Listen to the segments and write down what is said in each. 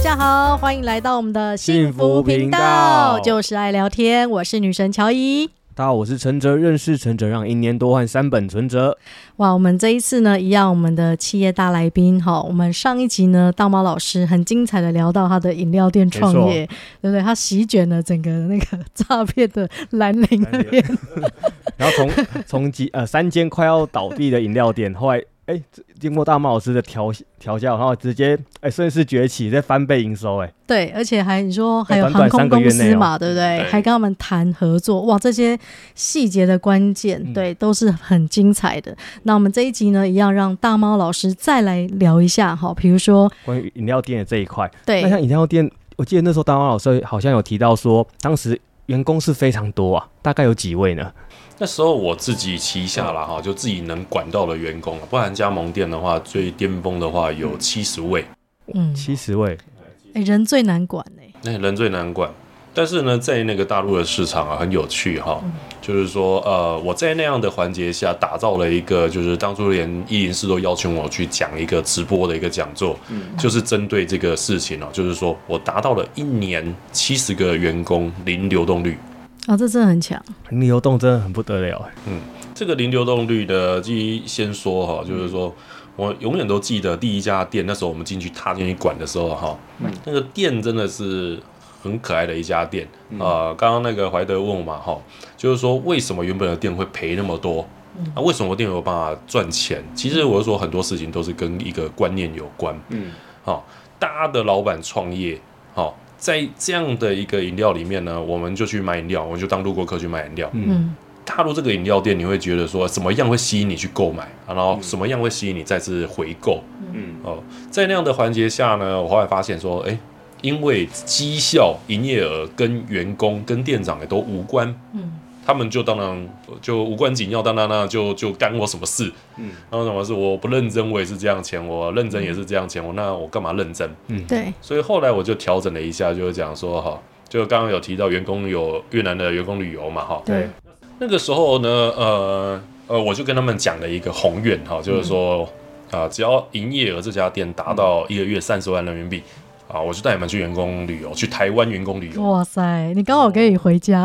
家好，欢迎来到我们的幸福频道， 就是爱聊天。我是女神乔怡。 大家好，我是陈哲，认识陈哲让1年多换3本存折。 哇，我们这一次呢，一样我们的企业大来宾哈，我们上一集呢，大猫老师很精彩的聊到他的饮料店创业，对不对？他席卷了整个那个诈骗的兰陵那边， 然后从3间快要倒闭的饮料店，后来经过大猫老师的调教，然后直接顺势崛起，再翻倍营收对，而且你说还有航空公司嘛，对不对？还跟他们谈合作，哇，这些细节的关键，对，都是很精彩的。那我们这一集呢，一样让大猫老师再来聊一下哈，比如说关于饮料店的这一块。 对， 那像饮料店，我记得那时候大猫老师好像有提到说，当时员工是非常多啊，大概有几位呢？ 那时候我自己旗下啦，就自己能管到的员工，不然加盟店的话，最巅峰的话有70位。 70位， 人最难管人最难管。但是呢，在那个大陆的市场啊，很有趣哈，就是说我在那样的环节下打造了一个，就是当初连104都邀请我去讲一个直播的一个讲座，就是针对这个事情就是说我达到了1年70个员工零流动率。 这真的很强， 零流动真的很不得了这个零流动率的，先说哈，就是说我永远都记得第一家店，那时候我们踏进去管的时候哈，那个店真的是很可爱的一家店刚刚那个怀德问我嘛哈，就是说为什么原本的店会赔那么多？为什么店有办法赚钱？其实我就说很多事情都是跟一个观念有关。大家的老板创业在这样的一个饮料里面呢，我们就去买饮料，我们就当路过客去买饮料。踏入这个饮料店，你会觉得说怎么样会吸引你去购买，然后什么样会吸引你再次回购。在那样的环节下呢，我后来发现说，因为绩效、营业额跟员工、跟店长也都无关。他们就当然就无关紧要，当然就干我什么事，然后什么事我不认真，我也是这样钱，我认真也是这样钱，那我干嘛认真？ 对， 所以后来我就调整了一下，就是讲说就刚刚有提到员工有越南的员工旅游嘛对， 那个时候呢，我就跟他们讲了一个宏愿就是说只要营业额这家店达到1个月30万人民币。我就带你们去员工旅游，去台湾员工旅游。 哇塞，你刚好可以回家。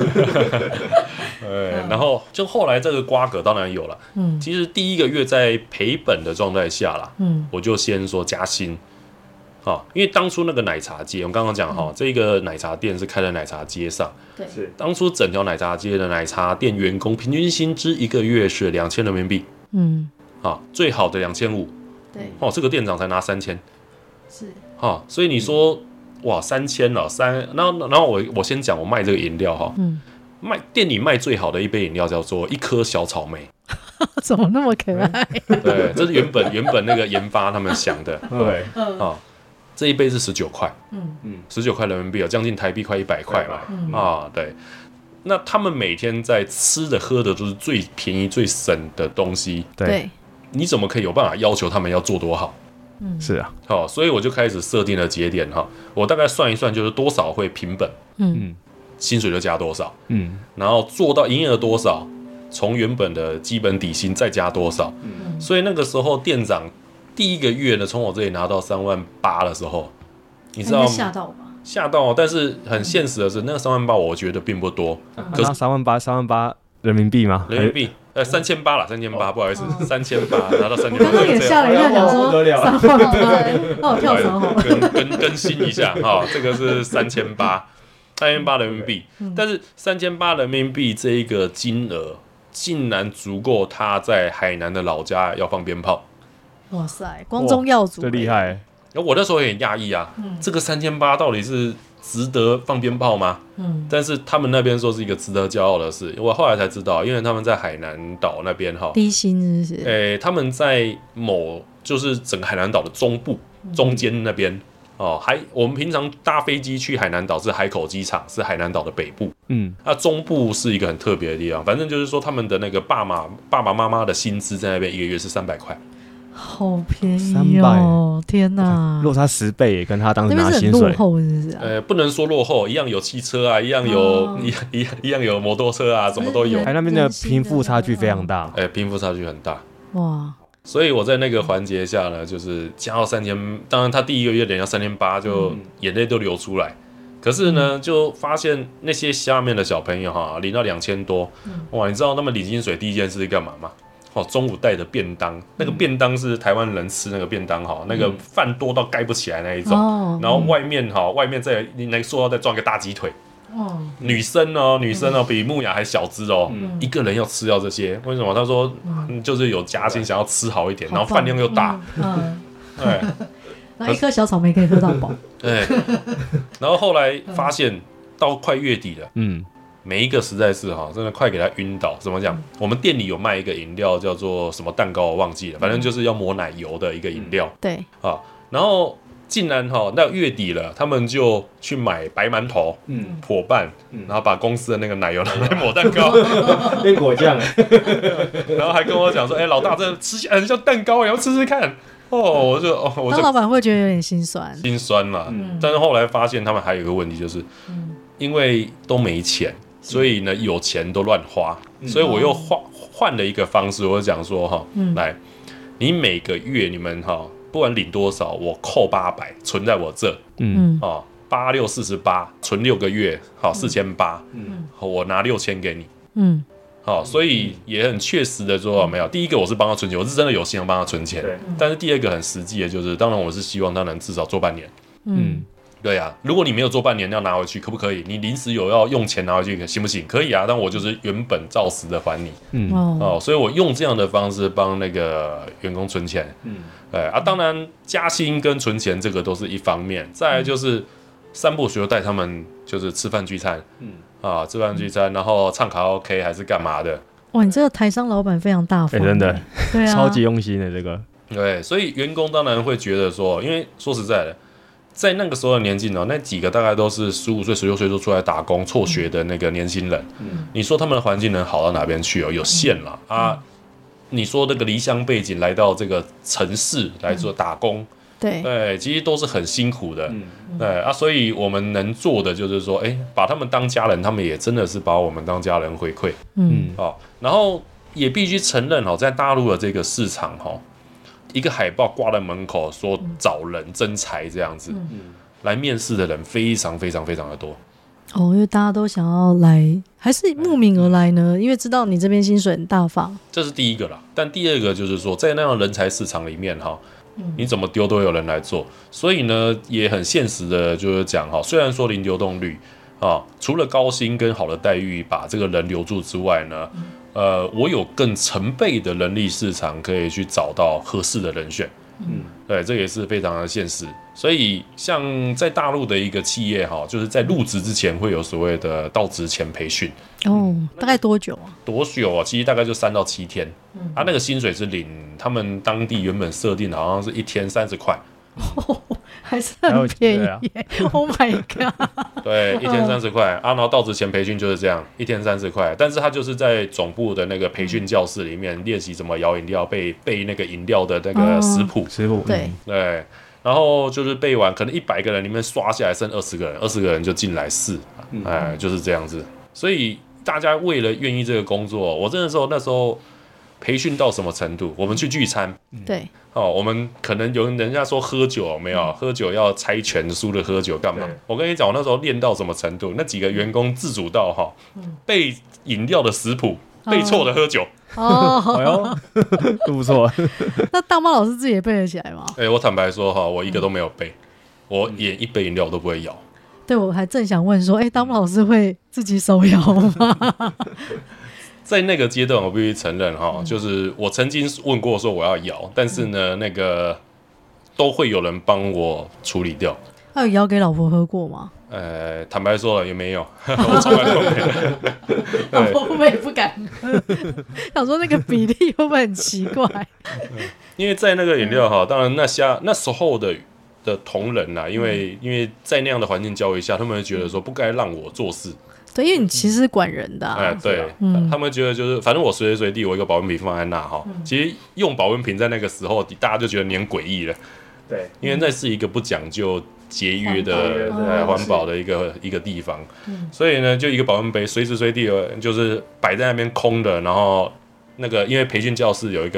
然后就后来这个瓜葛当然有了。其实第1个月在赔本的状态下啦，我就先说加薪。因为当初那个奶茶街，我们刚刚讲这个奶茶店是开在奶茶街上。 对， 是当初整条奶茶街的奶茶店员工平均薪资1个月是2000人民币。最好的2500。 对， 这个店长才拿3000。 是。 所以你说哇3000了然后我先讲我卖这个饮料店里卖最好的一杯饮料叫做1颗小草莓。 怎么那么可爱？ 对，这是原本那个研发他们想的。对，这一杯是19块，19块人民币将近台币快100块嘛。对，那他们每天在吃的喝的都是最便宜最省的东西。 对， 你怎么可以有办法要求他们要做多好？ 是啊， 所以我就开始设定了节点我大概算一算，就是多少会平本，薪水就加多少，然后做到营业额多少，从原本的基本底薪再加多少，所以那个时候店长第1个月呢，从我这里拿到38000的时候，你知道吗？吓到，但是很现实的是，那个38000我觉得并不多， 可是38000人民币吗？ 人民币。3800啦，3800，不好意思，3800拿到3800。 我刚刚也吓了一跳，想说38000，那我跳槽好了。 更新一下这个是3800人民币，但是3800人民币这一个金额，竟然足够他在海南的老家要放鞭炮。 哇塞，光宗耀祖， 这厉害！ 我那时候也很讶异这个3800到底是值得放鞭炮吗？但是他们那边说是一个值得骄傲的事，我后来才知道，因为他们在海南岛那边低薪是不是？ 他们在就是整个海南岛的中部中间那边我们平常搭飞机去海南岛是海口机场，是海南岛的北部。中部是一个很特别的地方，反正就是说他们的那个爸爸妈妈的薪资在那边1个月是300块。 好便宜哦！天哪， 落差10倍耶，跟他当时拿薪水。 那边是很落后是不是不能说落后，一样有汽车啊，一样有摩托车啊，什么都有。 那边的贫富差距非常大。 贫富差距很大。 哇！ 所以我在那个环节下呢，就是加到3000，当然他第一个月领到3800，就眼泪都流出来。可是呢，就发现那些下面的小朋友哈，领到2000多，哇，你知道他们领薪水第一件事是干嘛吗？中午带的便当，那个便当是台湾人吃那个便当哈，那个饭多到盖不起来那一种，然后外面再那个塑料袋装个大鸡腿。女生哦，比木雅还小只哦，一个人要吃掉这些，为什么？他说就是有家心，想要吃好一点，然后饭量又大，对， 那一颗小草莓可以喝到饱， 对。然后后来发现到快月底了，每一个实在是真的快给他晕倒。怎么讲？我们店里有卖一个饮料叫做什么蛋糕，我忘记了，反正就是要抹奶油的一个饮料， 对啊，然后。竟然那月底了，他们就去买白馒头、伙伴，然后把公司的那个奶油拿来抹蛋糕， 变果酱， 然后还跟我讲说：“老大，这吃起来很像蛋糕，要吃吃看。”我就当老板会觉得有点心酸， 啦。但是后来发现他们还有一个问题，就是因为都没钱，所以呢有钱都乱花，所以我又换了一个方式，我就讲说来，你每个月你们不管领多少，我扣800存在我这，8648存6个月，好4800，我拿6000给你，所以也很确实的说没有，第一个我是帮他存钱，我是真的有心要帮他存钱，但是第二个很实际的就是，当然我是希望他能至少做半年，对啊，如果你没有做半年要拿回去，可不可以？你临时有要用钱拿回去，行不行？可以啊，但我就是原本照实的还你。所以我用这样的方式帮那个员工存钱。当然加薪跟存钱这个都是一方面，再来就是3不5带他们就是吃饭聚餐，吃饭聚餐，然后唱卡拉 OK 还是干嘛的。 哇，你这个台商老板非常大方， 真的， 对啊， 超级用心的这个。 对，所以员工当然会觉得说，因为说实在的。在那个时候的年纪呢，那几个大概都是15岁、16岁就出来打工、辍学的那个年轻人。你说他们的环境能好到哪边去有限了啊？你说那个离乡背景来到这个城市来做打工，对，其实都是很辛苦的。所以我们能做的就是说，把他们当家人，他们也真的是把我们当家人回馈。然后也必须承认在大陆的这个市场一个海报挂在门口说找人征才这样子，来面试的人非常非常非常的多。 因为大家都想要来，还是慕名而来呢？因为知道你这边薪水很大方， 这是第一个啦。但第二个就是说，在那样的人才市场里面你怎么丢都有人来做。所以呢，也很现实的就是讲虽然说零流动率除了高薪跟好的待遇把这个人留住之外呢。我有更成倍的人力市场可以去找到合适的人选，对，这也是非常的现实。所以像在大陆的一个企业就是在入职之前会有所谓的到职前培训， 大概多久啊？ 其实大概就3到7天，那个薪水是领他们当地原本设定的好像是1天30块。 还是很便宜，Oh my god！ 对，1天30块然后到职前培训就是这样，1天30块，但是他就是在总部的那个培训教室里面练习怎么摇饮料，背那个饮料的那个食谱，对，然后就是背完，可能100个人里面刷下来剩20个人，20个人就进来试，就是这样子。所以大家为了愿意这个工作，我真的说那时候。培训到什么程度？我们去聚餐， 对， 我们可能有人家说喝酒有没有？喝酒要猜拳输了喝酒干嘛？我跟你讲，我那时候练到什么程度？那几个员工自主到背饮料的食谱，背错的喝酒。 都不错。 那大猫老师自己也背得起来吗？ 我坦白说我一个都没有背，我连一杯饮料都不会摇。 对，我还正想问说，大猫老师会自己手摇吗？ 在那个阶段，我必须承认就是我曾经问过说我要摇，但是呢，那个都会有人帮我处理掉。 他有摇给老婆喝过吗？ 坦白说了也没有，我从来都没有。 老婆会不会也不敢喝？想说那个比例会不会很奇怪？ 因为在那个饮料当然那时候的同仁啦，因为在那样的环境教育下，他们会觉得说不该让我做事。 对，因为你其实是管人的对，他们觉得就是反正我随时随地我一个保温瓶放在那其实用保温瓶在那个时候大家就觉得你很诡异了， 对， 因为那是一个不讲究节约的环保的一个地方，所以呢就一个保温杯随时随地就是摆在那边空的，然后那个因为培训教室有一个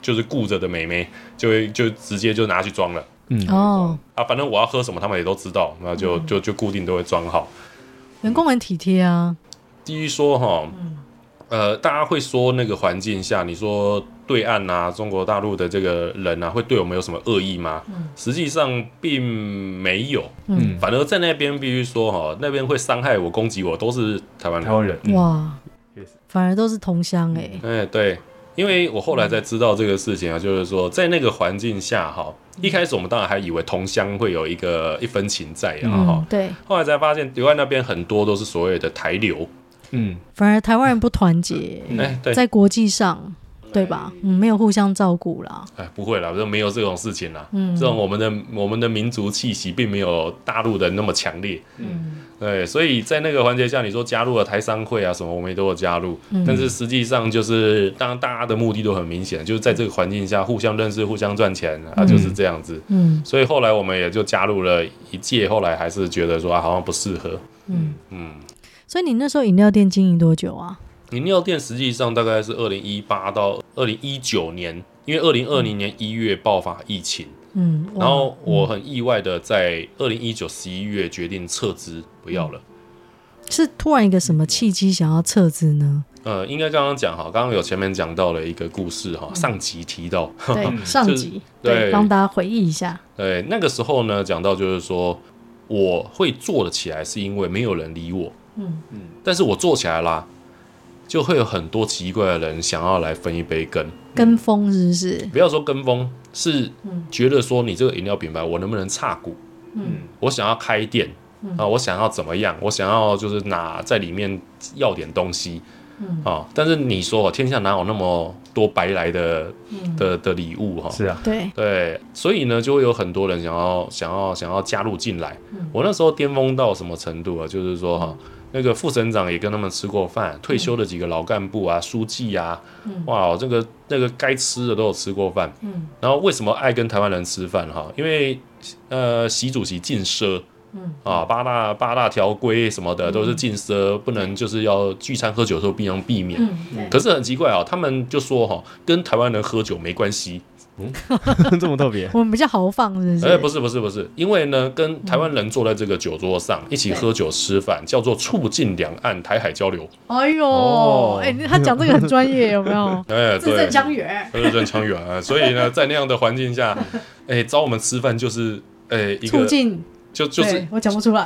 就是顾着的美眉，就直接就拿去装了。反正我要喝什么，他们也都知道，那就固定都会装好。 员工很体贴啊。 至于说哈，大家会说那个环境下，你说对岸啊，中国大陆的这个人啊，会对我们有什么恶意吗？实际上并没有。反而在那边必须说哈，那边会伤害我、攻击我，都是台湾人。 哇，反而都是同乡对，因为我后来才知道这个事情啊，就是说在那个环境下哈，一开始我们当然还以为同乡会有一分情在啊， 对， 后来才发现对岸那边很多都是所谓的台流。 反而台湾人不团结，在国际上，对吧？没有互相照顾啦。 不会啦，就没有这种事情啦。这种我们的民族气息并没有大陆的那么强烈。对，所以在那个环节下，你说加入了台商会啊什么，我们也都有加入。但是实际上就是，当然大家的目的都很明显，就是在这个环境下互相认识、互相赚钱啊，就是这样子。所以后来我们也就加入了一届，后来还是觉得说好像不适合。 所以你那时候饮料店经营多久啊？ 饮料店实际上大概是2018到2019年，因为2020年1月爆发疫情，然后我很意外的在2019 11月决定撤资，不要了。 是突然一个什么契机想要撤资呢？ 应该刚刚讲哈，刚刚有前面讲到了一个故事哈，上集提到， 对，上集对，帮大家回忆一下。 对，那个时候呢，讲到就是说，我会做得起来，是因为没有人理我。但是我做起来啦，就会有很多奇怪的人想要来分一杯羹， 跟风是不是？ 不要说跟风，是觉得说你这个饮料品牌我能不能插股？我想要开店我想要怎么样？我想要就是在里面要点东西但是你说天下哪有那么多白来的礼物哈？ 是啊， 对， 所以呢，就会有很多人想要加入进来。我那时候巅峰到什么程度啊？就是说那个副省长也跟他们吃过饭，退休的几个老干部啊、书记啊，哇，那个该吃的都有吃过饭。然后为什么爱跟台湾人吃饭哈？因为习主席禁奢。八大条规什么的都是禁奢，不能就是要聚餐喝酒的时候必避免。可是很奇怪他们就说跟台湾人喝酒没关系。 这么特别？ 我们比较豪放，是不是？ 不是，因为呢，跟台湾人坐在这个酒桌上一起喝酒吃饭，叫做促进两岸台海交流。 哎呦，他讲这个很专业，有没有？字正腔圆， 字正腔圆啊！所以呢，在那样的环境下，找我们吃饭就是一个促进。就是我讲不出来，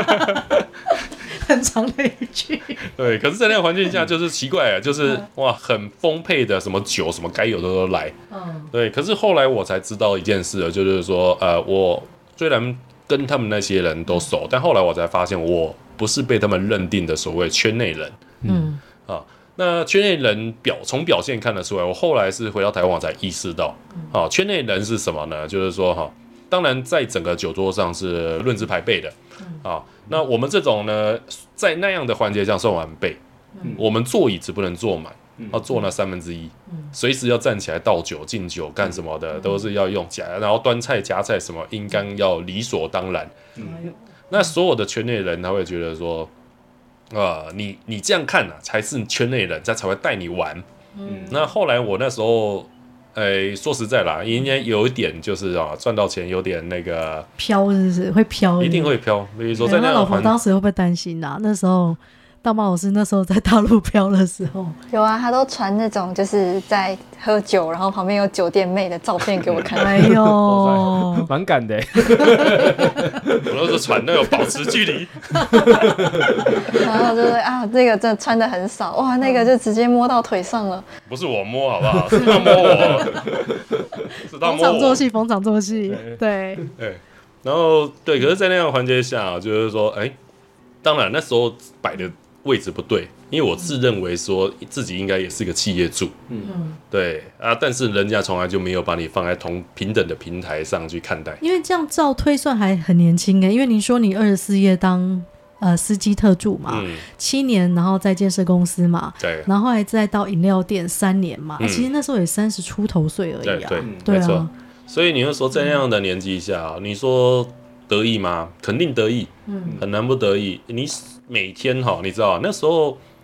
很长的一句。 对，可是，在那个环境下，就是奇怪就是哇，很丰沛的什么酒，什么该有的都来。对。可是后来我才知道一件事就是说，我虽然跟他们那些人都熟，但后来我才发现，我不是被他们认定的所谓圈内人。那圈内人从表现看得出来，我后来是回到台湾我才意识到，圈内人是什么呢？就是说当然，在整个酒桌上是论资排辈的，那我们这种呢，在那样的环节上算晚辈，我们坐椅子不能坐满，要坐那1/3，随时要站起来倒酒、敬酒干什么的，都是要用夹，然后端菜夹菜什么，应该要理所当然。那所有的圈内人他会觉得说，你这样看才是圈内人，他才会带你玩。那后来我那时候。说实在啦，应该有一点就是赚到钱有点那个飘，是不是会飘？ 一定会飘。比如说，在那老婆当时会不会担心啊？那时候大猫老师那时候在大陆飘的时候， 有啊，他都传那种就是在喝酒，然后旁边有酒店妹的照片给我看。 哎呦， 蛮敢的。 我都是传那种保持距离， 然后就是这个真的穿的很少，哇，那个就直接摸到腿上了。 不是我摸好不好？是他摸我，是他摸我。逢场作戏，对。 然后对，可是，在那样的环节下，就是说，当然那时候摆的位置不对，因为我自认为说自己应该也是个企业主，对但是人家从来就没有把你放在同平等的平台上去看待。 因为这样照推算还很年轻因为您说你24页当司机特助嘛，7年，然后在建设公司嘛， 对， 然后还再到饮料店3年嘛，其实那时候也30出头岁而已对没错。所以你会说在那样的年纪下，你说得意吗？肯定得意，很难不得意。你每天你知道那时候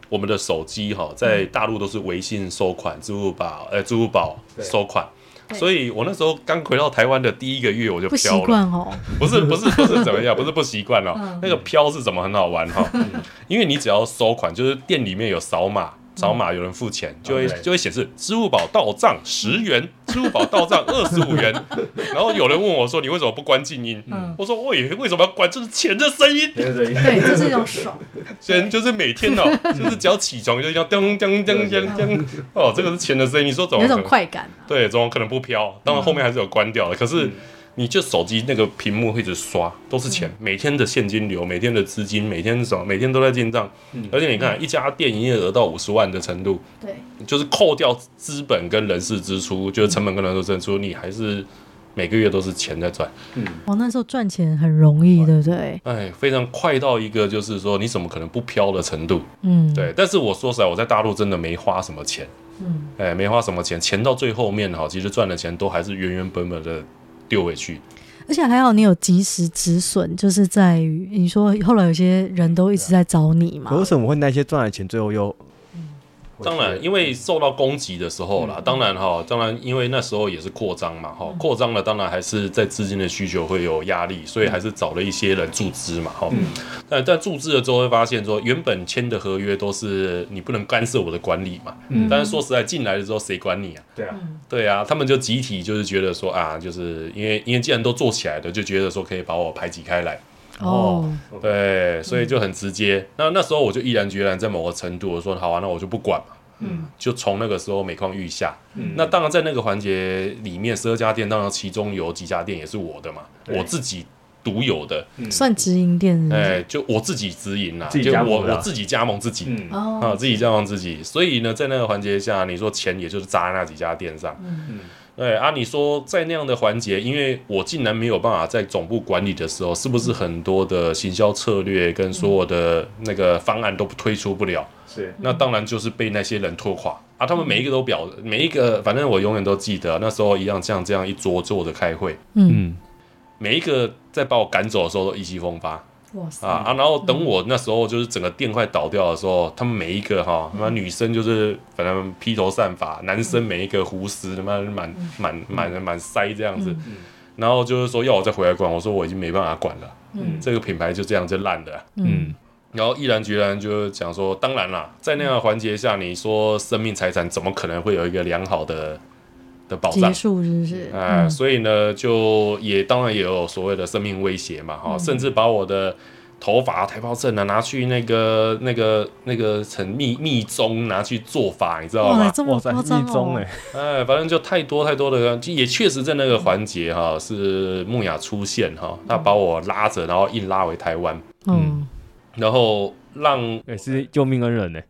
我们的手机哈，在大陆都是微信收款、支付宝收款。所以我那时候刚回到台湾的第1个月我就飘了， 不习惯哦。 不是怎么样，不是不习惯哦。那个飘是怎么很好玩哈，因为你只要收款，就是店里面有扫码有人付钱，就会显示支付宝到账10元，支付宝到账25元。然后有人问我说：“你为什么不关静音？”我说：“为什么要关？这是钱的声音。” 对，这是一种爽。 钱就是每天就是只要起床就这样噔噔噔噔噔，哦，这个是钱的声音。你说怎么？ 有种快感。 对，怎么可能不飘？当然后面还是有关掉的，可是。你就手机那个屏幕会一直刷，都是钱，每天的现金流，每天的资金，每天都在进账，而且你看一家店营业额到50万的程度， 对， 就是扣掉资本跟人事支出，就是成本跟人事支出，你还是每个月都是钱在赚。 那时候赚钱很容易，对不对？ 哎，非常快到一个就是说你怎么可能不飘的程度，对。但是我说实在，我在大陆真的没花什么钱，没花什么钱，钱到最后面其实赚的钱都还是原原本本的。丢回去， 而且还好你有及时止损，就是在于你说后来有些人都一直在找你嘛。 可为什么会那些赚的钱最后又？ 当然，因为受到攻击的时候啦，当然因为那时候也是扩张嘛，扩张了，当然还是在资金的需求会有压力，所以还是找了一些人注资嘛，但注资了之后会发现说，原本签的合约都是你不能干涉我的管理嘛，但是说实在进来的时候谁管你啊？对啊，他们就集体就是觉得说啊，就是因为既然都做起来的，就觉得说可以把我排挤开来。对，所以就很直接。那时候我就毅然决然在某个程度，我说好啊，那我就不管嘛。就从那个时候每况愈下。那当然在那个环节里面，12家店当然其中有几家店也是我的嘛，我自己独有的， 算直营店是不是？ 就我自己直营啦， 就我自己加盟自己，自己加盟自己。所以呢，在那个环节下，你说钱也就是砸在那几家店上。对啊，你说在那样的环节，因为我竟然没有办法在总部管理的时候，是不是很多的行销策略跟所有的那个方案都推出不了？ 是， 那当然就是被那些人拖垮啊！他们每一个都每一个，反正我永远都记得，那时候一样像这样一桌坐着开会，每一个在把我赶走的时候都意气风发。然后等我那时候就是整个店快倒掉的时候，他们每一个女生就是反正披头散发，男生每一个胡丝他妈满腮这样子，然后就是说要我再回来管，我说我已经没办法管了，这个品牌就这样就烂了，然后毅然决然就讲说，当然啦，在那样的环节下，你说生命财产怎么可能会有一个良好的保障结束是不是？ 所以呢，就当然也有所谓的生命威胁嘛，甚至把我的头发、台胞证拿去那个成密宗拿去做法，你知道吗？ 这么夸张哦！ 反正就太多的，也确实在那个环节是木雅出现他把我拉着，然后硬拉回台湾，然后也是救命恩人呢。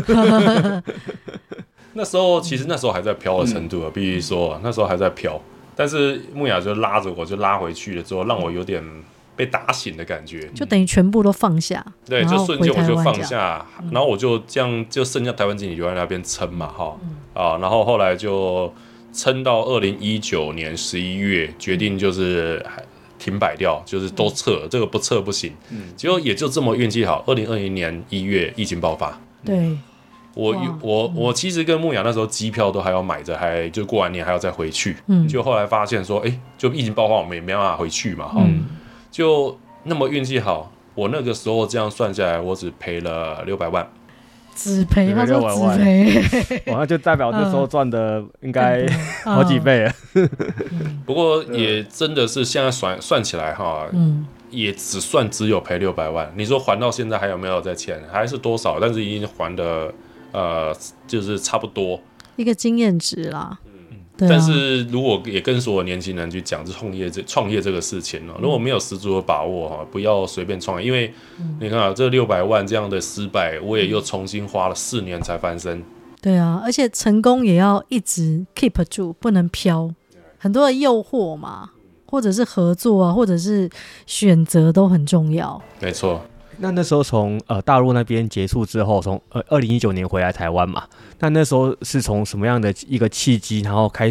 那时候还在飘的程度必须说那时候还在飘，但是木雅就拉着我就拉回去了之后，让我有点被打醒的感觉， 就等于全部都放下， 对，就瞬间我就放下，然后我就这样就剩下台湾经理留在那边撑嘛，然后后来就撑到2019年11月，决定就是停摆掉，就是都撤，这个不撤不行，结果也就这么运气好，2020年1月疫情爆发， 对。 我其实跟木雅那时候机票都还要买着，就过完年还要再回去，就后来发现说，就疫情爆发，我们也没办法回去嘛，就那么运气好，我那个时候这样算下来，我只赔了600万， 只赔，他说只赔， 那就代表那时候赚的应该好几倍了。 不过也真的是现在算起来也只有赔600万。你说还到现在还有没有在欠？还是多少？但是已经还的就是差不多一个经验值啦。 但是如果也跟所有年轻人去讲创业这个事情如果没有十足的把握不要随便创业，因为你看这600万这样的失败，我也又重新花了4年才翻身。 对啊，而且成功也要一直 keep 住，不能飘，很多的诱惑嘛，或者是合作啊，或者是选择都很重要。 没错。 那时候从大陆那边结束之后，从2019年回来台湾嘛，那时候是从什么样的一个契机，然后开始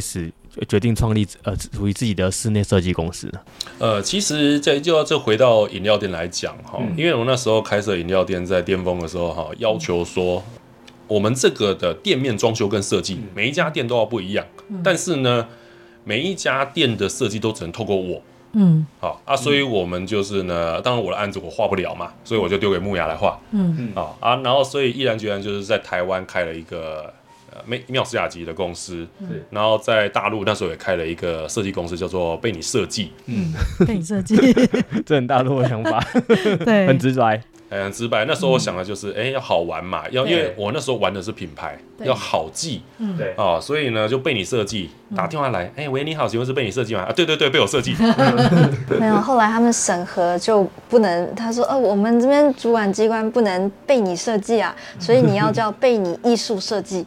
决定创立属于自己的室内设计公司呢？ 其实就回到饮料店来讲哈，因为我那时候开设饮料店在巅峰的时候哈，要求说我们这个的店面装修跟设计，每一家店都要不一样，但是呢，每一家店的设计都只能透过我。好啊，所以我们就是呢，当然我的案子我画不了嘛，所以我就丢给木雅来画。然后所以毅然决然就是在台湾开了一个妙思雅集的公司，然后在大陆那时候也开了一个设计公司，叫做贝你设计。 贝你设计， 这很大陆的想法， 对， 很直白。 很直白。那时候我想的就是，要好玩嘛，因为我那时候玩的是品牌，要好记，对所以呢就被你设计打电话来，喂你好，请问是被你设计吗？对对对，被我设计。 没有，后来他们审核就不能，他说我们这边主管机关不能被你设计啊，所以你要叫被你艺术设计。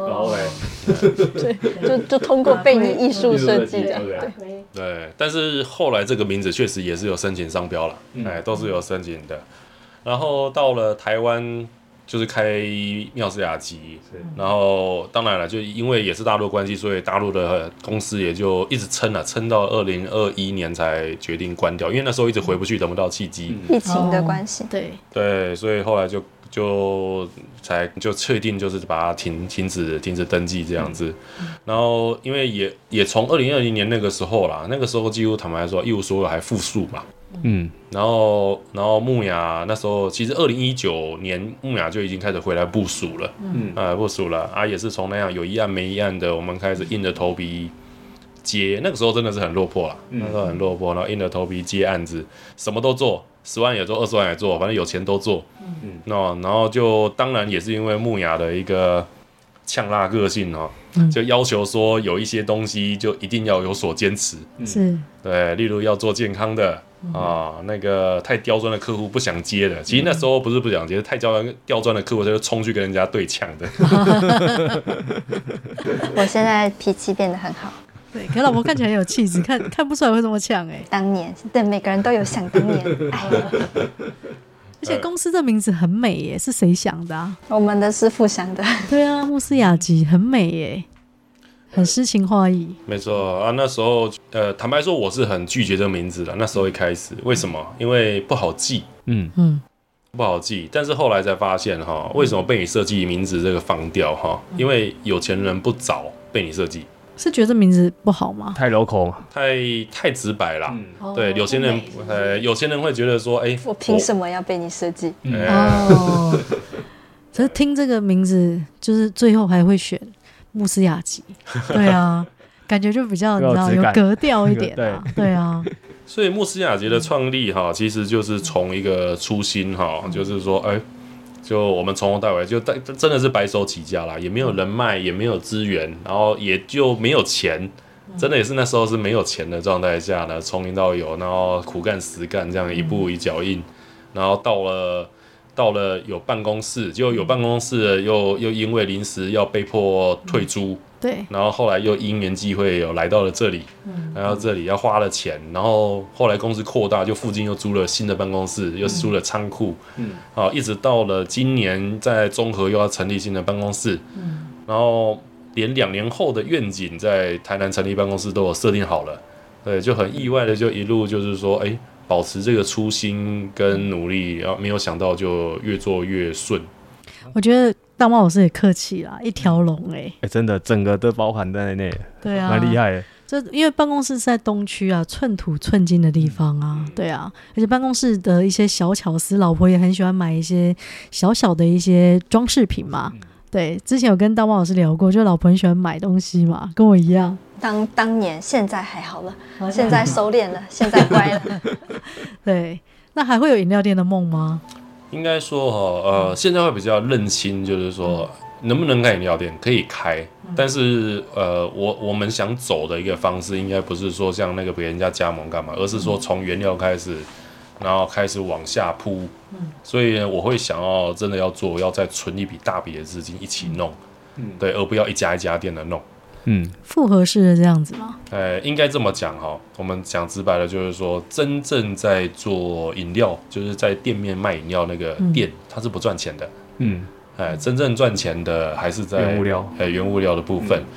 对，就通过被你艺术设计这样。 对，但是后来这个名字确实也是有申请商标了，都是有申请的。然后到了台湾，就是开妙思雅集，然后当然了，就因为也是大陆关系，所以大陆的公司也就一直撑到2021年才决定关掉，因为那时候一直回不去，等不到契机， 疫情的关系。 对，所以后来就确定就是把它停止登记这样子。然后因为也从2020年那个时候啦，那个时候几乎坦白说一无所有还负数嘛。然后木雅那时候其实2019年木雅就已经开始回来部署了，部署了也是从那样有一案没一案的，我们开始硬着头皮接，那个时候真的是很落魄啦，那时候很落魄，然后硬着头皮接案子，什么都做，10万也做，20万也做，反正有钱都做，然后就当然也是因为木雅的一个呛辣个性就要求说有一些东西就一定要有所坚持， 是， 对，例如要做健康的。那个太刁钻的客户不想接的，其实那时候不是不想接，太刁钻的客户他就冲去跟人家对呛的。 我现在脾气变得很好， 对，可老婆看起来很有气质，看不出来会这么呛当年，对，每个人都有想当年。 而且公司的名字很美耶，是谁想的啊？ 我们的师傅想的。 对啊，慕斯雅集很美耶。很诗情画意， 没错那时候坦白说我是很拒绝这个名字的。那时候一开始为什么？因为不好记，不好记。但是后来才发现为什么被你设计名字这个放掉因为有钱人不找被你设计， 是觉得这名字不好吗？ 太 local， 太直白啦。对，有钱人会觉得说， 我凭什么要被你设计？ 可是听这个名字，就是最后还会选慕斯雅集，对啊，感觉就比较你知道有格调一点对啊。 所以慕斯雅集的创立其实就是从一个初心就是说，就我们从头到尾就真的是白手起家啦，也没有人脉，也没有资源，然后也就没有钱，真的也是那时候是没有钱的状态下呢，从零到有，然后苦干实干这样一步一脚印，然后到了有办公室，就有办公室又因为临时要被迫退租， 对， 然后后来又因缘际会有来到了这里，来到这里要花了钱，然后后来公司扩大，就附近又租了新的办公室，又租了仓库，一直到了今年在中和又要成立新的办公室，然后连2年后的愿景在台南成立办公室都有设定好了，对，就很意外的就一路就是说，保持这个初心跟努力，然后没有想到就越做越顺。 我觉得大猫老师也客气啦，一条龙真的整个都包含在内， 对啊， 蛮厉害的。 这因为办公室是在东区啊，寸土寸金的地方啊，对啊，而且办公室的一些小巧思，老婆也很喜欢买一些小小的一些装饰品嘛。对，之前有跟大猫老师聊过，就老婆很喜欢买东西嘛，跟我一样。 当年，现在还好了，现在收敛了，现在乖了。 对，那还会有饮料店的梦吗？ 应该说现在会比较认清，就是说能不能开饮料店可以开，但是我们想走的一个方式，应该不是说像那个别人家加盟干嘛，而是说从原料开始，然后开始往下铺。所以呢，我会想要真的要做，要再存一笔大笔的资金一起弄，对，而不要一家一家店的弄。 复合式的这样子吗？ 应该这么讲我们讲直白的，就是说，真正在做饮料，就是在店面卖饮料那个店，它是不赚钱的。真正赚钱的还是在原物料的部分。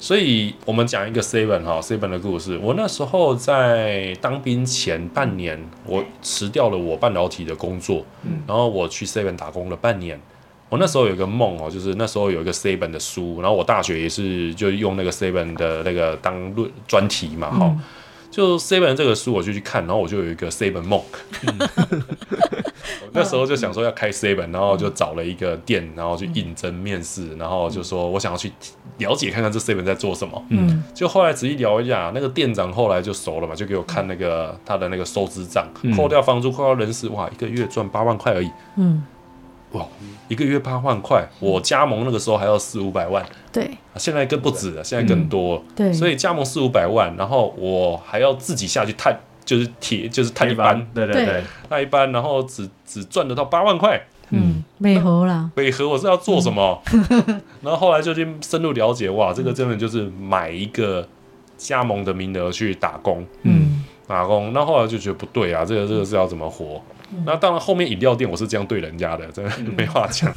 所以我们讲一个 Seven 哈 Seven 的故事。我那时候在当兵前半年，我辞掉了我半导体的工作，然后我去 Seven 打工了半年。我那时候有一个梦哦，就是那时候有一个 Seven 的书，然后我大学也是就用那个 Seven 的那个当专题嘛，哈。就 Seven 这个书我就去看，然后我就有一个 Seven 梦。我那时候就想说要开 Seven， 然后就找了一个店，然后去应征面试，然后就说我想要去了解看看这 Seven 在做什么。就后来仔细聊一下，那个店长后来就熟了嘛，就给我看那个他的那个收支账，扣掉房租，扣掉人事，哇，一个月赚8万块而已。哇，一个月8万块，我加盟那个时候还要400-500万， 对， 现在更不止了，现在更多， 对， 所以加盟400-500万，然后我还要自己下去探，就是探一班， 对， 探一班，然后只赚得到8万块， 美和啦， 北河我是要做什么？然后后来就去深入了解，哇，这个真的就是买一个加盟的名额去打工，打工，那后来就觉得不对啊，这个是要怎么活？那当然，后面饮料店我是这样对人家的，真的没话讲。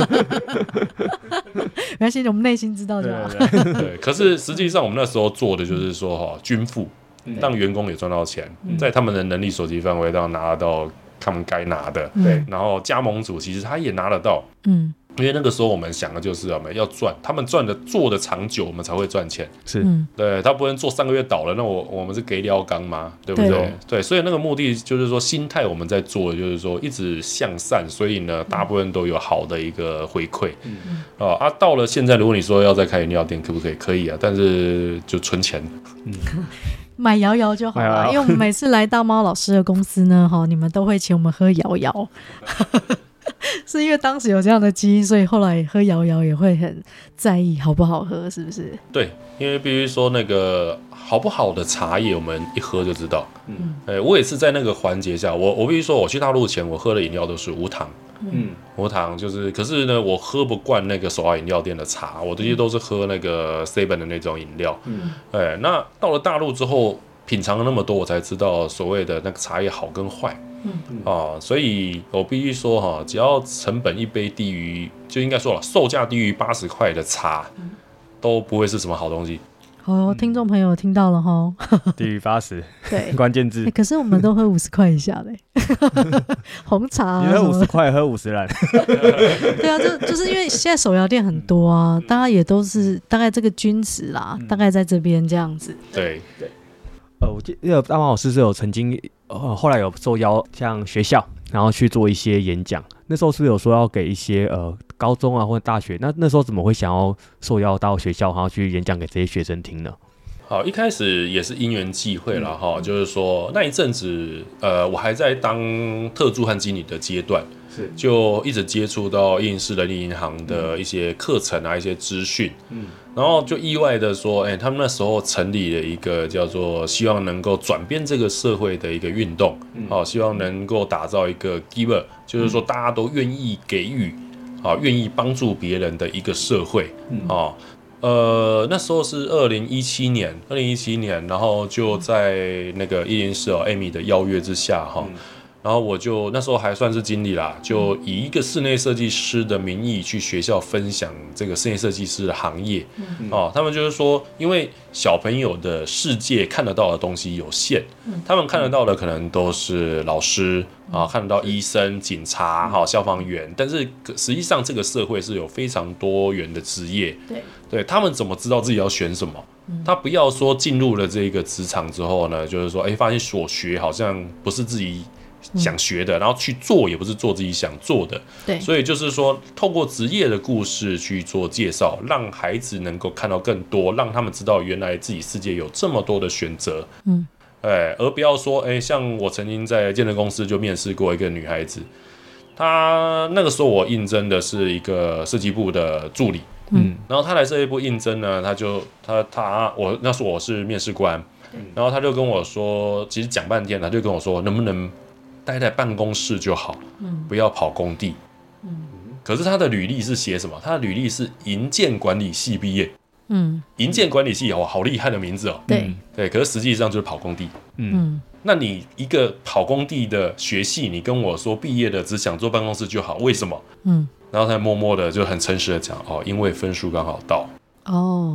没关系，我们内心知道就好。 对，可是实际上我们那时候做的就是说均富，让员工也赚到钱，在他们的能力所及范围上拿得到他们该拿的。对，然后加盟主其实他也拿得到。因为那个时候我们想的就是我们要赚，他们赚的做的长久，我们才会赚钱。 是， 对，他不能做3个月倒了，那我们是给料缸吗？对不对？对，所以那个目的就是说，心态我们在做的就是说一直向善，所以呢，大部分都有好的一个回馈。到了现在，如果你说要再开饮料店，可不可以？可以啊，但是就存钱。 买摇摇就好了，因为我们每次来大猫老师的公司呢，你们都会请我们喝摇摇。是因为当时有这样的基因，所以后来喝摇摇也会很在意好不好喝，是不是？ 对，因为必须说那个好不好的茶叶，我们一喝就知道。我也是在那个环节下，我必须说，我去大陆前，我喝的饮料都是无糖。无糖就是，可是呢，我喝不惯那个手摇饮料店的茶，我这些都是喝那个 Seven 的那种饮料。那到了大陆之后，品尝了那么多，我才知道所谓的那个茶叶好跟坏。所以我必须说只要成本一杯低于，就应该说了，售价低于80块的茶，都不会是什么好东西。 听众朋友听到了哈， 低于80， 对， 关键字。 可是我们都喝50块以下的，红茶你喝50块，喝50兰。 对啊，就是因为现在手摇店很多啊，大家也都是大概这个均值啦，大概在这边这样子。 对。 我记得大猫老师是有曾经后来有受邀像学校，然后去做一些演讲。那时候是有说要给一些高中啊或者大学，那时候怎么会想要受邀到学校，然后去演讲给这些学生听呢？ 好，一开始也是因缘际会啦就是说那一阵子我还在当特助和经理的阶段，就一直接触到英式人力银行的一些课程啊，一些资讯，然后就意外的说，他们那时候成立了一个叫做希望能够转变这个社会的一个运动，希望能够打造一个 giver， 就是说大家都愿意给予，愿意帮助别人的一个社会，那时候是2017年，然后就在那个104Amy 的邀约之下然后我就那时候还算是经理啦，就以一个室内设计师的名义去学校分享这个室内设计师的行业。他们就是说，因为小朋友的世界看得到的东西有限，他们看得到的可能都是老师看得到医生、警察、消防员，但是实际上这个社会是有非常多元的职业。对，他们怎么知道自己要选什么？他不要说进入了这个职场之后呢，就是说，发现所学好像不是自己想学的，然后去做也不是做自己想做的， 对， 所以就是说，透过职业的故事去做介绍，让孩子能够看到更多，让他们知道原来自己世界有这么多的选择，而不要说，像我曾经在健身公司就面试过一个女孩子，她那个时候我应征的是一个设计部的助理，然后她来设计部应征呢，我那时候我是面试官，然后她就跟我说，其实讲半天，她就跟我说，能不能待在办公室就好，不要跑工地。可是他的履历是写什么？他的履历是营建管理系毕业。营建管理系好厉害的名字哦。对，可是实际上就是跑工地。那你一个跑工地的学系，你跟我说毕业的只想坐办公室就好，为什么？然后他默默的就很诚实的讲，因为分数刚好到。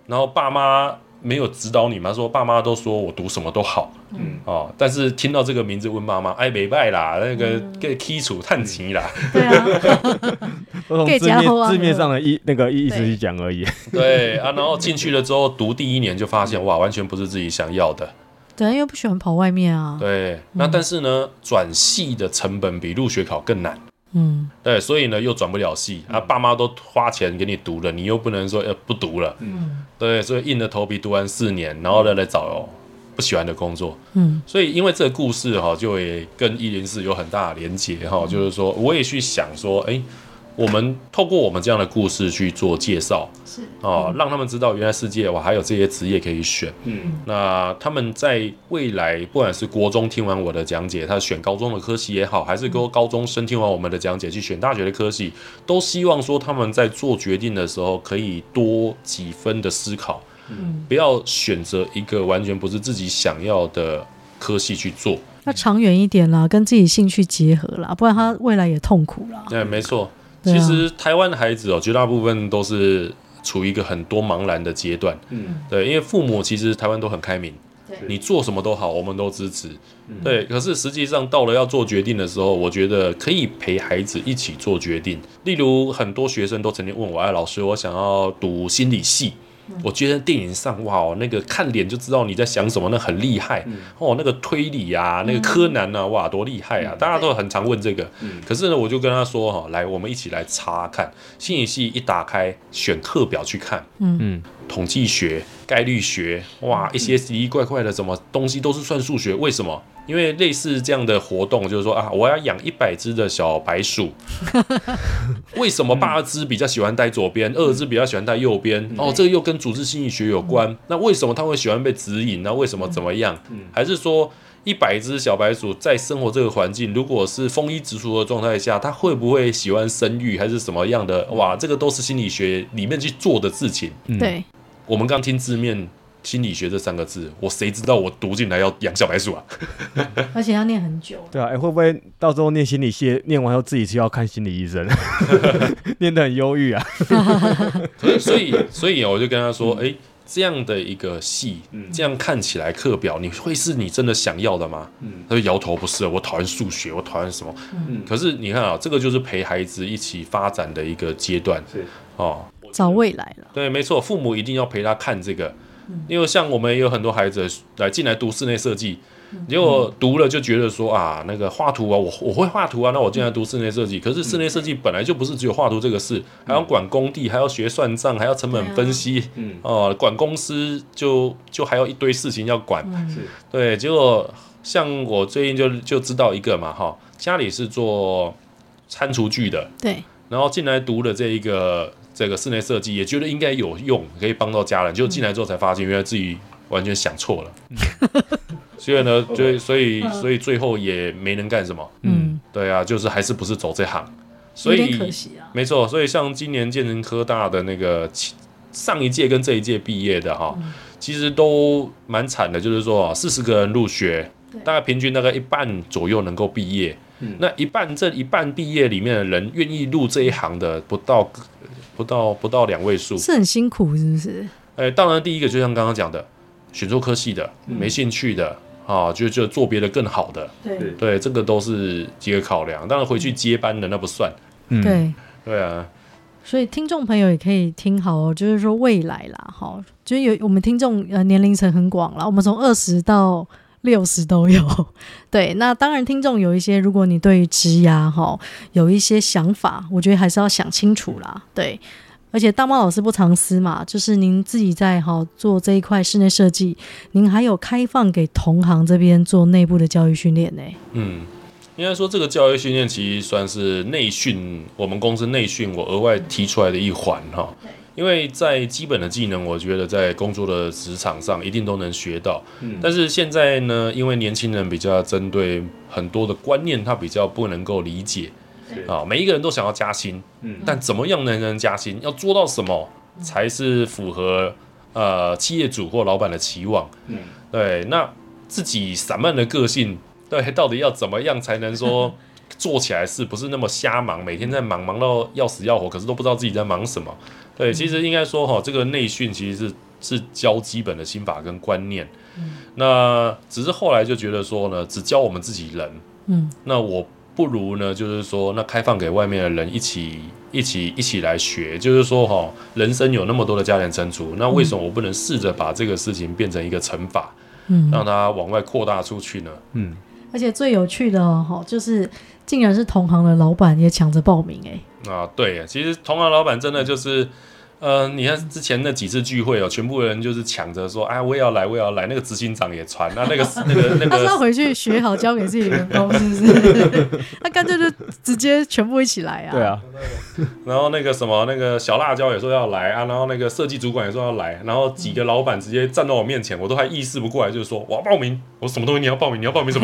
然后爸妈没有指导你吗？说爸妈都说我读什么都好，但是听到这个名字问妈妈，哎，没拜啦，那个给基础探钱啦， 对啊， 都从字面上的那个意思去讲而已。 对啊，然后进去了之后读第1年就发现哇，完全不是自己想要的。 对，因为不喜欢跑外面啊。 对，那但是呢，转系的成本比入学考更难。对，所以呢又转不了系啊，爸妈都花钱给你读了，你又不能说不读了，对，所以硬着头皮读完4年，然后再来找不喜欢的工作，所以因为这个故事就也跟104有很大的连结就是说我也去想说，我们透过我们这样的故事去做介绍，让他们知道原来世界还有这些职业可以选。那他们在未来不管是国中听完我的讲解，他选高中的科系也好，还是高中生听完我们的讲解去选大学的科系，都希望说他们在做决定的时候可以多几分的思考，不要选择一个完全不是自己想要的科系去做。 要长远一点啦，跟自己兴趣结合啦，不然他未来也痛苦啦。 对，没错。其实台湾的孩子绝大部分都是处于一个很多茫然的阶段，对，因为父母其实台湾都很开明，你做什么都好，我们都支持，对。可是实际上到了要做决定的时候，我觉得可以陪孩子一起做决定。例如很多学生都曾经问我，老师，我想要读心理系。我觉得电影上哇，那个看脸就知道你在想什么，那很厉害那个推理啊，那个柯南啊，哇，多厉害啊！大家都很常问这个，可是呢，我就跟他说来，我们一起来查看心理系，一打开选课表去看，统计学、概率学，哇，一些奇奇怪怪的什么东西都是算数学，为什么？因为类似这样的活动，就是说我要养100只的小白鼠，为什么8只比较喜欢待左边，2只比较喜欢待右边？这个又跟组织心理学有关。那为什么他会喜欢被指引？那为什么怎么样？还是说100只小白鼠在生活这个环境，如果是丰衣足食的状态下，他会不会喜欢生育，还是什么样的？哇，这个都是心理学里面去做的事情。 对， 我们刚听字面。心理学这3个字，我谁知道我读进来要养小白鼠啊？ 而且要念很久。 对啊，会不会到时候念心理系，念完后自己是要看心理医生，念得很忧郁啊？ 所以我就跟他说，这样的一个系，这样看起来课表，你会是你真的想要的吗？他就摇头，不是，我讨厌数学，我讨厌什么？可是你看这个就是陪孩子一起发展的一个阶段， 找未来了。 对，没错，父母一定要陪他看这个。因为像我们也有很多孩子进来读室内设计，结果读了就觉得说那个画图啊，我会画图啊，那我进来读室内设计。可是室内设计本来就不是只有画图这个事，还要管工地，还要学算账，还要成本分析，管公司就还有一堆事情要管。对，结果像我最近就知道一个嘛，家里是做餐厨具的，对，然后进来读了这个室内设计，也觉得应该有用，可以帮到家人。结果进来之后才发现，原来自己完全想错了。所以呢，所以最后也没能干什么。对啊，就是还是不是走这行。所以有点可惜啊。没错，所以像今年建成科大的那个上一届跟这一届毕业的其实都蛮惨的，就是说40个人入学，大概平均大概1半左右能够毕业。那这一半毕业里面的人愿意入这一行的不到2位数， 是很辛苦是不是？ 当然第一个就像刚刚讲的，选错科系的，没兴趣的就做别的更好的，对，这个都是几个考量。当然回去接班的那不算，对啊。 所以听众朋友也可以听好就是说未来啦，就是我们听众年龄层很广啦，我们从20到60都有。对，那当然听众有一些，如果你对于职涯有一些想法，我觉得还是要想清楚啦。对，而且大猫老师不藏私嘛，就是您自己在做这一块室内设计，您还有开放给同行这边做内部的教育训练呢。 应该说这个教育训练其实算是内训，我们公司内训我额外提出来的一环因为在基本的技能，我觉得在工作的职场上一定都能学到。但是现在呢，因为年轻人比较针对很多的观念，他比较不能够理解每一个人都想要加薪，但怎么样能加薪，要做到什么才是符合企业主或老板的期望？对，那自己散漫的个性，对，到底要怎么样才能说做起来是不是那么瞎忙，每天在忙到要死要活，可是都不知道自己在忙什么？对，其实应该说这个内训其实是是教基本的心法跟观念。那只是后来就觉得说呢，只教我们自己人，那我不如呢，就是说，那开放给外面的人一起来学，就是说人生有那么多的加减乘除，那为什么我不能试着把这个事情变成一个乘法，让它往外扩大出去呢？ 而且最有趣的就是竟然是同行的老板也抢着报名对，其实同行老板真的就是。你看之前那几次聚会全部人就是抢着说，我也要来，我也要来。那个执行长也传，那个他是要回去学好交给自己的员工，是不是？他干脆就直接全部一起来啊。 对啊。 然后那个什么，那个小辣椒也说要来啊，然后那个设计主管也说要来，然后几个老板直接站到我面前，我都还意识不过来，就是说我要报名，我什么东西你要报名，你要报名什么？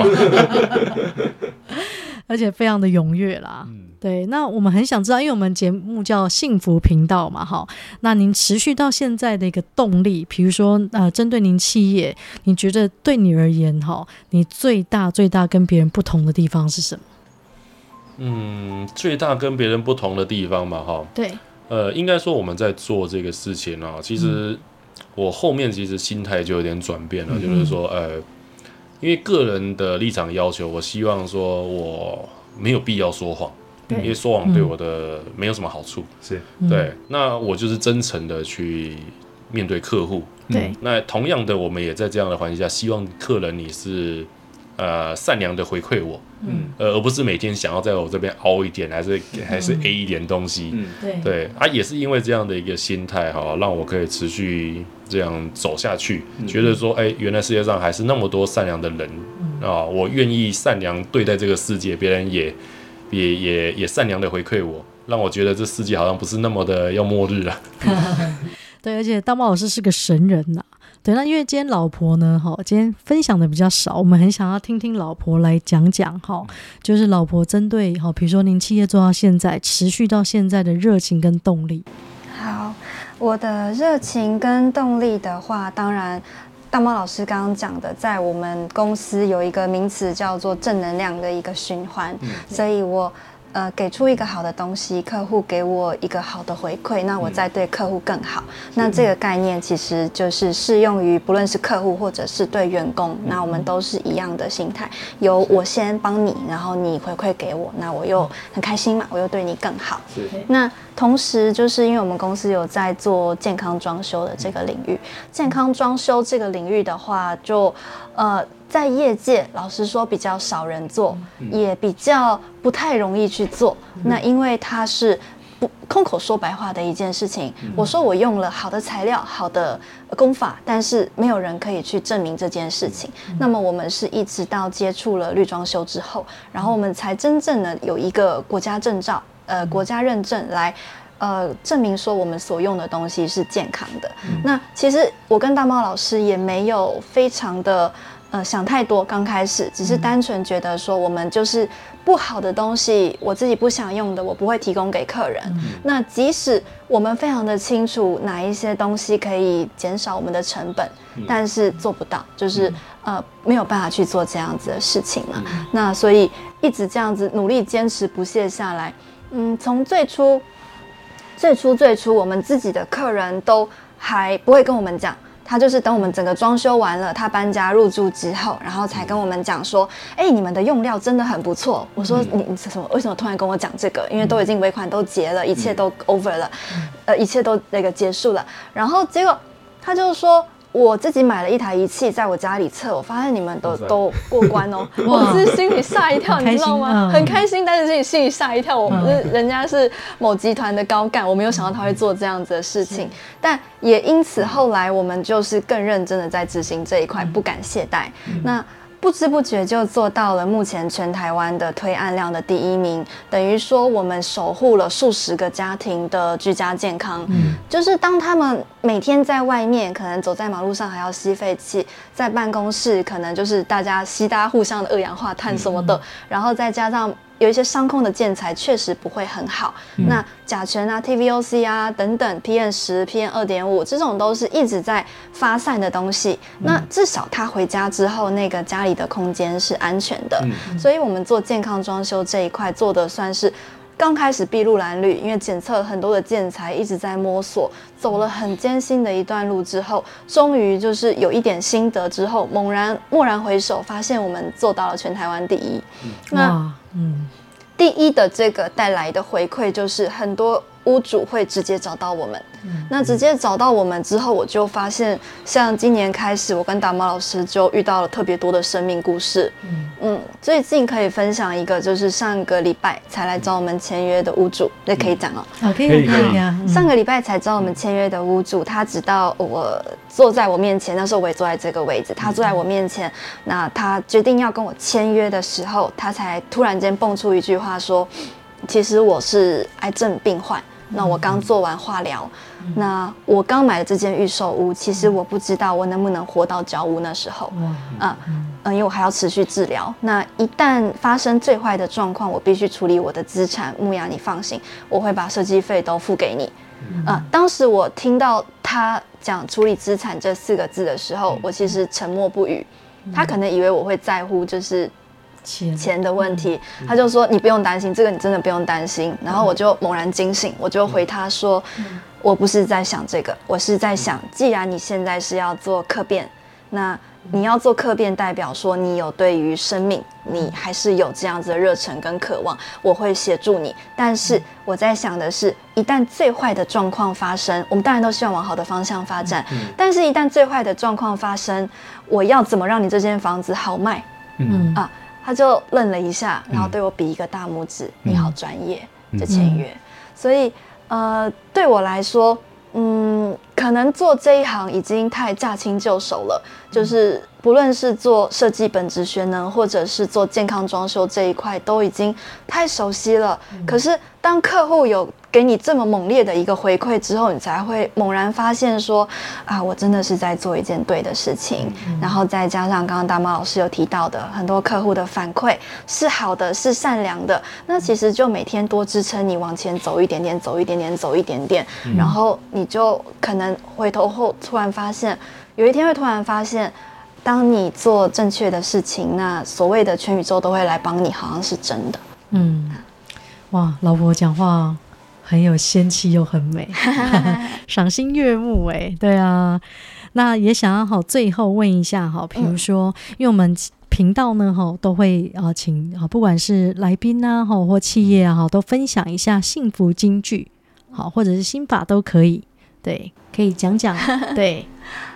而且非常的踊跃啦。对，那我们很想知道，因为我们节目叫幸福频道嘛，那您持续到现在的一个动力，比如说针对您企业，你觉得对你而言你最大跟别人不同的地方是什么？ 最大跟别人不同的地方嘛， 对， 应该说我们在做这个事情其实我后面其实心态就有点转变了，就是说因为个人的立场要求，我希望说我没有必要说谎。因为说谎对我的没有什么好处， 是对。那我就是真诚的去面对客户， 对。 那同样的，我们也在这样的环境下，希望客人你是善良的回馈我，而不是每天想要在我这边凹一点，还是 A 一点东西，对。也是因为这样的一个心态让我可以持续这样走下去，觉得说，原来世界上还是那么多善良的人我愿意善良对待这个世界，别人也善良的回馈我，让我觉得这世界好像不是那么的要末日了。 对，而且大猫老师是个神人对，那因为今天老婆呢，今天分享的比较少，我们很想要听听老婆来讲讲就是老婆针对比如说您企业做到现在，持续到现在的热情跟动力。 好，我的热情跟动力的话，当然。大猫老师刚刚讲的，在我们公司有一个名词叫做正能量的一个循环，所以我给出一个好的东西，客户给我一个好的回馈，那我再对客户更好。那这个概念其实就是适用于不论是客户或者是对员工，那我们都是一样的心态，由我先帮你，然后你回馈给我，那我又很开心嘛，我又对你更好。那同时就是因为我们公司有在做健康装修的这个领域，健康装修这个领域的话就在业界老实说比较少人做，也比较不太容易去做。那因为它是空口说白话的一件事情，我说我用了好的材料好的工法，但是没有人可以去证明这件事情。那么我们是一直到接触了绿装修之后，然后我们才真正的有一个国家证照国家认证来证明说我们所用的东西是健康的。那其实我跟大猫老师也没有非常的想太多，刚开始只是单纯觉得说我们就是不好的东西，我自己不想用的，我不会提供给客人。那即使我们非常的清楚哪一些东西可以减少我们的成本，但是做不到，就是没有办法去做这样子的事情嘛。那所以一直这样子努力坚持不懈下来。从最初我们自己的客人都还不会跟我们讲，他就是等我们整个装修完了，他搬家入住之后，然后才跟我们讲说，你们的用料真的很不错。我说你为什么突然跟我讲这个？因为都已经尾款都结了，一切都 over 了，一切都那个结束了。然后结果他就说，我自己买了一台仪器在我家里测，我发现你们都过关哦。我是心里吓一跳，你知道吗？很开心，但是心里吓一跳。人家是某集团的高干，我没有想到他会做这样子的事情，但也因此后来我们就是更认真的在执行这一块，不敢懈怠。那不知不觉就做到了目前全台湾的推案量的第1名，等于说我们守护了数十个家庭的居家健康。就是当他们每天在外面，可能走在马路上还要吸废气，在办公室可能就是大家互相的二氧化碳什么的，然后再加上有一些商空的建材确实不会很好，那甲醛啊、TVOC 啊等等 PM10、PM2.5 这种都是一直在发散的东西。那至少他回家之后，那个家里的空间是安全的。所以我们做健康装修这一块做的算是刚开始筚路蓝缕，因为检测很多的建材一直在摸索，走了很艰辛的一段路之后，终于就是有一点心得之后，蓦然回首，发现我们做到了全台湾第一。第一的这个带来的回馈就是很多屋主会直接找到我们，那直接找到我们之后，我就发现，像今年开始，我跟大猫老师就遇到了特别多的生命故事。最近可以分享一个，就是上个礼拜才来找我们签约的屋主，这可以讲哦。 可以啊。 上个礼拜才找我们签约的屋主，他直到我坐在我面前，那时候我也坐在这个位置，他坐在我面前，那他决定要跟我签约的时候，他才突然间蹦出一句话说：“其实我是癌症病患。”那我刚做完化疗，那我刚买的这间预售屋，其实我不知道我能不能活到交屋那时候，因为我还要持续治疗。那一旦发生最坏的状况，我必须处理我的资产。木雅，你放心，我会把设计费都付给你。当时我听到他讲处理资产这4个字的时候，我其实沉默不语。他可能以为我会在乎就是钱的问题，他就说你不用担心，这个你真的不用担心。然后我就猛然惊醒，我就回他说，我不是在想这个，我是在想，既然你现在是要做客变，那你要做客变代表说你有对于生命，你还是有这样子的热忱跟渴望，我会协助你。但是我在想的是，一旦最坏的状况发生，我们当然都希望往好的方向发展，但是一旦最坏的状况发生，我要怎么让你这间房子好卖？他就愣了一下，然后对我比一个大拇指，你好专业，就签约。所以对我来说，可能做这一行已经太驾轻就熟了，就是不论是做设计本质学能，或者是做健康装修这一块，都已经太熟悉了。可是当客户有给你这么猛烈的一个回馈之后，你才会猛然发现说，我真的是在做一件对的事情。然后再加上刚刚大猫老师有提到的，很多客户的反馈是好的，是善良的，那其实就每天多支撑你往前走一点点，走一点点，走一点点，然后你就可能回头后突然发现，有一天会突然发现，当你做正确的事情，那所谓的全宇宙都会来帮你，好像是真的。 哇，老婆讲话很有仙气又很美，赏心悦目哎。对啊，那也想要最后问一下比如说，因为我们频道呢都会请不管是来宾啊或企业啊都分享一下幸福金句，或者是心法都可以。对，可以讲讲。对，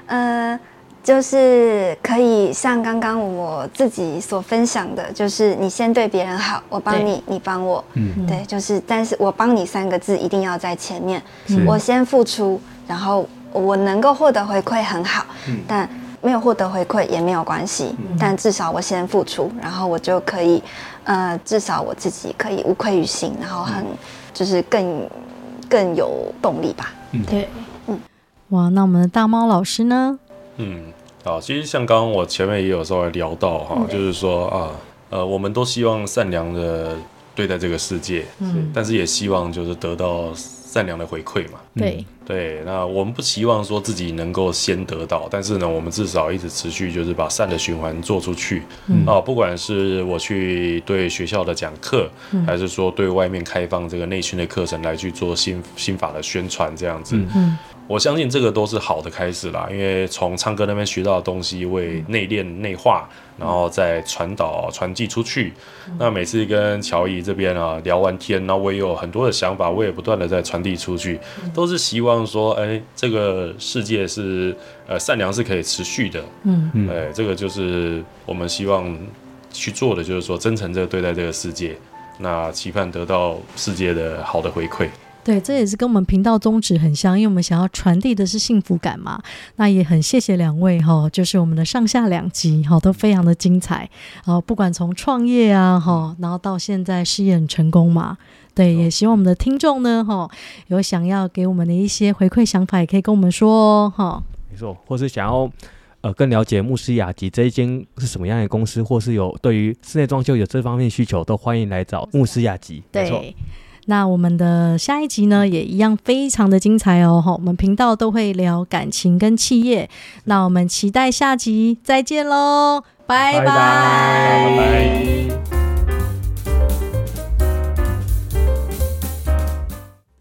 就是可以像刚刚我自己所分享的，就是你先对别人好，我帮你，你帮我。对，就是但是我帮你3个字一定要在前面，我先付出，然后我能够获得回馈很好，但没有获得回馈也没有关系，但至少我先付出，然后我就可以至少我自己可以无愧于心，然后就是更有动力吧。 对，哇，那我们的大猫老师呢？ 其实像刚刚我前面也有稍微聊到就是说我们都希望善良的对待这个世界，但是也希望就是得到善良的回馈嘛。对，那我们不期望说自己能够先得到，但是呢，我们至少一直持续就是把善的循环做出去。不管是我去对学校的讲课，还是说对外面开放这个内训的课程来去做心法的宣传这样子。我相信这个都是好的开始啦，因为从唱歌那边学到的东西为内练内化，然后再传递出去。那每次跟乔怡这边聊完天，那我也有很多的想法，我也不断的在传递出去，都是希望说，这个世界是善良是可以持续的。这个就是我们希望去做的，就是说真诚地对待这个世界，那期盼得到世界的好的回馈。 对，这也是跟我们频道宗旨很像，因为我们想要传递的是幸福感嘛。那也很谢谢2位就是我们的上下2集都非常的精彩，不管从创业啊然后到现在事业很成功嘛。对，也希望我们的听众呢有想要给我们的一些回馈想法，也可以跟我们说没错，或是想要更了解牧师雅集这一间是什么样的公司，或是有对于室内装修有这方面需求，都欢迎来找牧师雅集。 对，那我们的下一集呢也一样非常的精彩我们频道都会聊感情跟企业，那我们期待下集再见咯，拜拜。